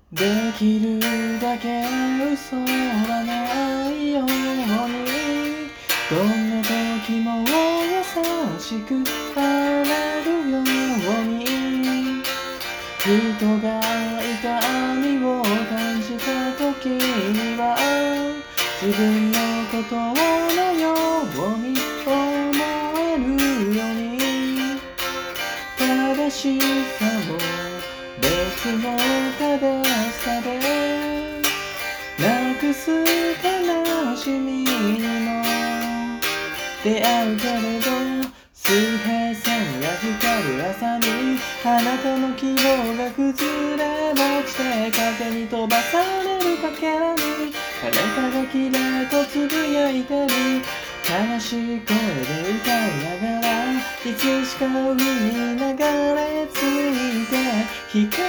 できるだけ嘘はないように、どんな時も優しくあれるように、人が痛みを感じた時には自分のことのように思えるように、正しさを別の正しさでなくす悲しみにも出会うけれど、水平線が光る朝にあなたの希望が崩れ落ちて風に飛ばされるかけらに誰かがきれいとつぶやいたり、悲しい声で歌いながらいつしか海に流れ着いて光って、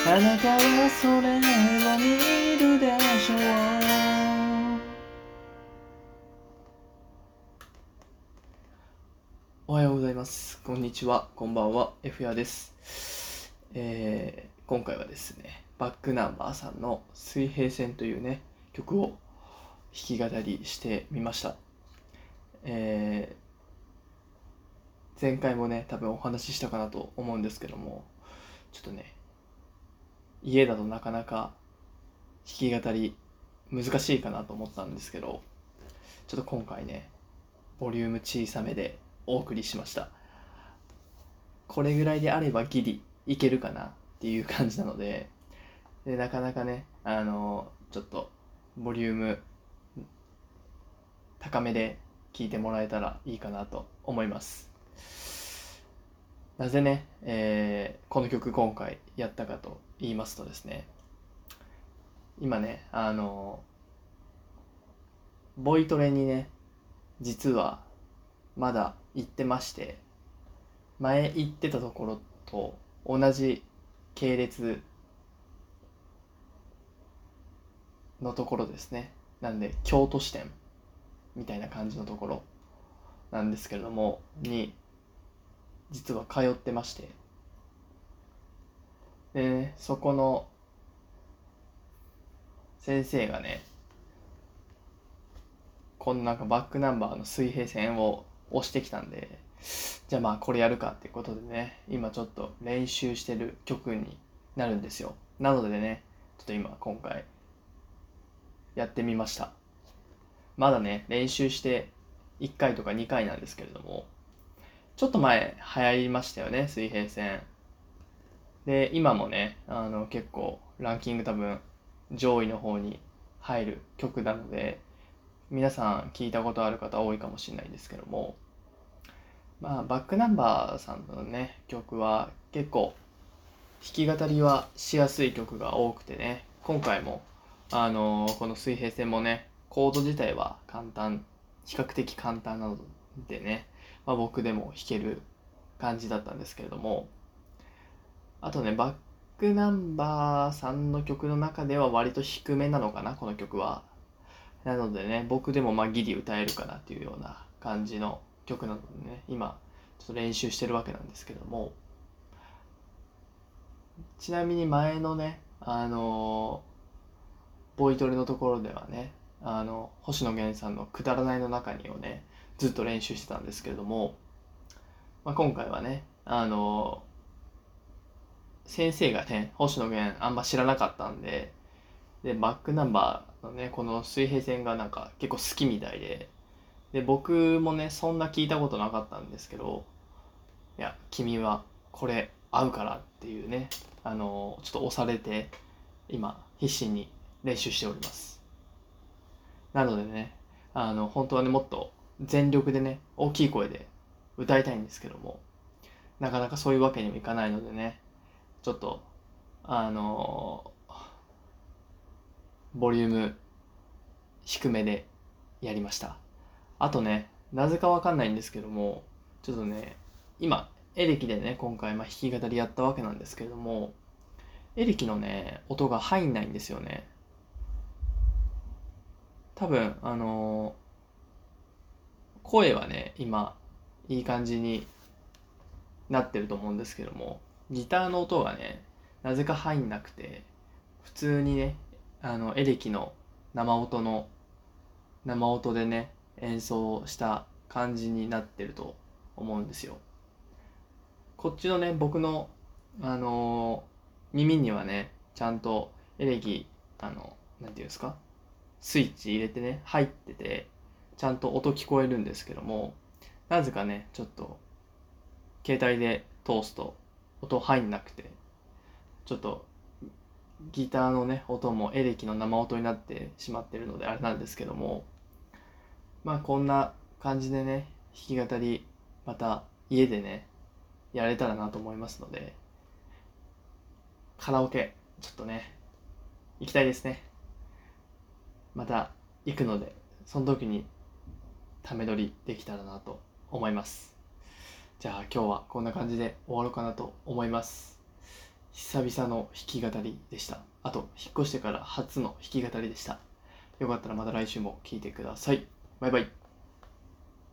あなたはそれを見るでしょう。おはようございます。こんにちは。こんばんは。F やです。今回はですね、バックナンバーさんの水平線というね、曲を弾き語りしてみました。前回もね、多分お話ししたかなと思うんですけども、ちょっとね、家だとなかなか弾き語り難しいかなと思ったんですけど、ちょっと今回ね、ボリューム小さめでお送りしました。これぐらいであればギリいけるかなっていう感じなので、なかなかね、ちょっとボリューム高めで聴いてもらえたらいいかなと思います。なぜね、この曲今回やったかと言いますとですね、今ね、ボイトレにね、実はまだ行ってまして、前行ってたところと同じ系列のところですね。なんで京都支店みたいな感じのところなんですけれどもに実は通ってまして、でね、そこの先生がね、このなんかバックナンバーの水平線を押してきたんで、じゃあまあこれやるかってことでね、今ちょっと練習してる曲になるんですよ。なのでね、ちょっと今回やってみました。まだね、練習して1回とか2回なんですけれども、ちょっと前流行りましたよね、水平線。で、今もね、結構ランキング多分上位の方に入る曲なので、皆さん聞いたことある方多いかもしれないですけども、まあ、バックナンバーさんのね、曲は結構弾き語りはしやすい曲が多くてね、今回も、この水平線もね、コード自体は比較的簡単なのでね、まあ、僕でも弾ける感じだったんですけれども、あとね、バックナンバーさんの曲の中では割と低めなのかな、この曲は。なのでね、僕でもまあギリ歌えるかなっていうような感じの曲なのでね、今ちょっと練習してるわけなんですけども、ちなみに前のね、ボイトレのところではね、星野源さんのくだらないの中にをね、ずっと練習してたんですけれども、まあ、今回はね、先生がね、星野源あんま知らなかったんで、バックナンバーのね、この水平線がなんか結構好きみたいで、僕もね、そんな聞いたことなかったんですけど、いや、君はこれ合うからっていうね、ちょっと押されて、今、必死に練習しております。なのでね、本当はね、もっと全力でね、大きい声で歌いたいんですけども、なかなかそういうわけにもいかないのでね、ちょっと、ボリューム低めでやりました。あとね、なぜかわかんないんですけども、ちょっとね、今、エレキでね、今回弾き語りやったわけなんですけれども、エレキのね、音が入んないんですよね。多分、声はね、今、いい感じになってると思うんですけども、ギターの音がね、 なぜか入んなくて、普通にね、エレキの生音でね、演奏した感じになってると思うんですよ。こっちのね、僕の、耳にはね、ちゃんとエレキ、なんていうんですか、スイッチ入れてね、入ってて、ちゃんと音聞こえるんですけども、なぜかね、ちょっと、携帯で通すと音入んなくて、ちょっとギターのね、音もエレキの生音になってしまってるのであれなんですけども、まあこんな感じでね、弾き語り、また家でね、やれたらなと思いますので、カラオケ、ちょっとね、行きたいですね。また行くので、その時にため撮りできたらなと思います。じゃあ今日はこんな感じで終わろうかなと思います。久々の弾き語りでした。あと、引っ越してから初の弾き語りでした。よかったらまた来週も聴いてください。バイバイ。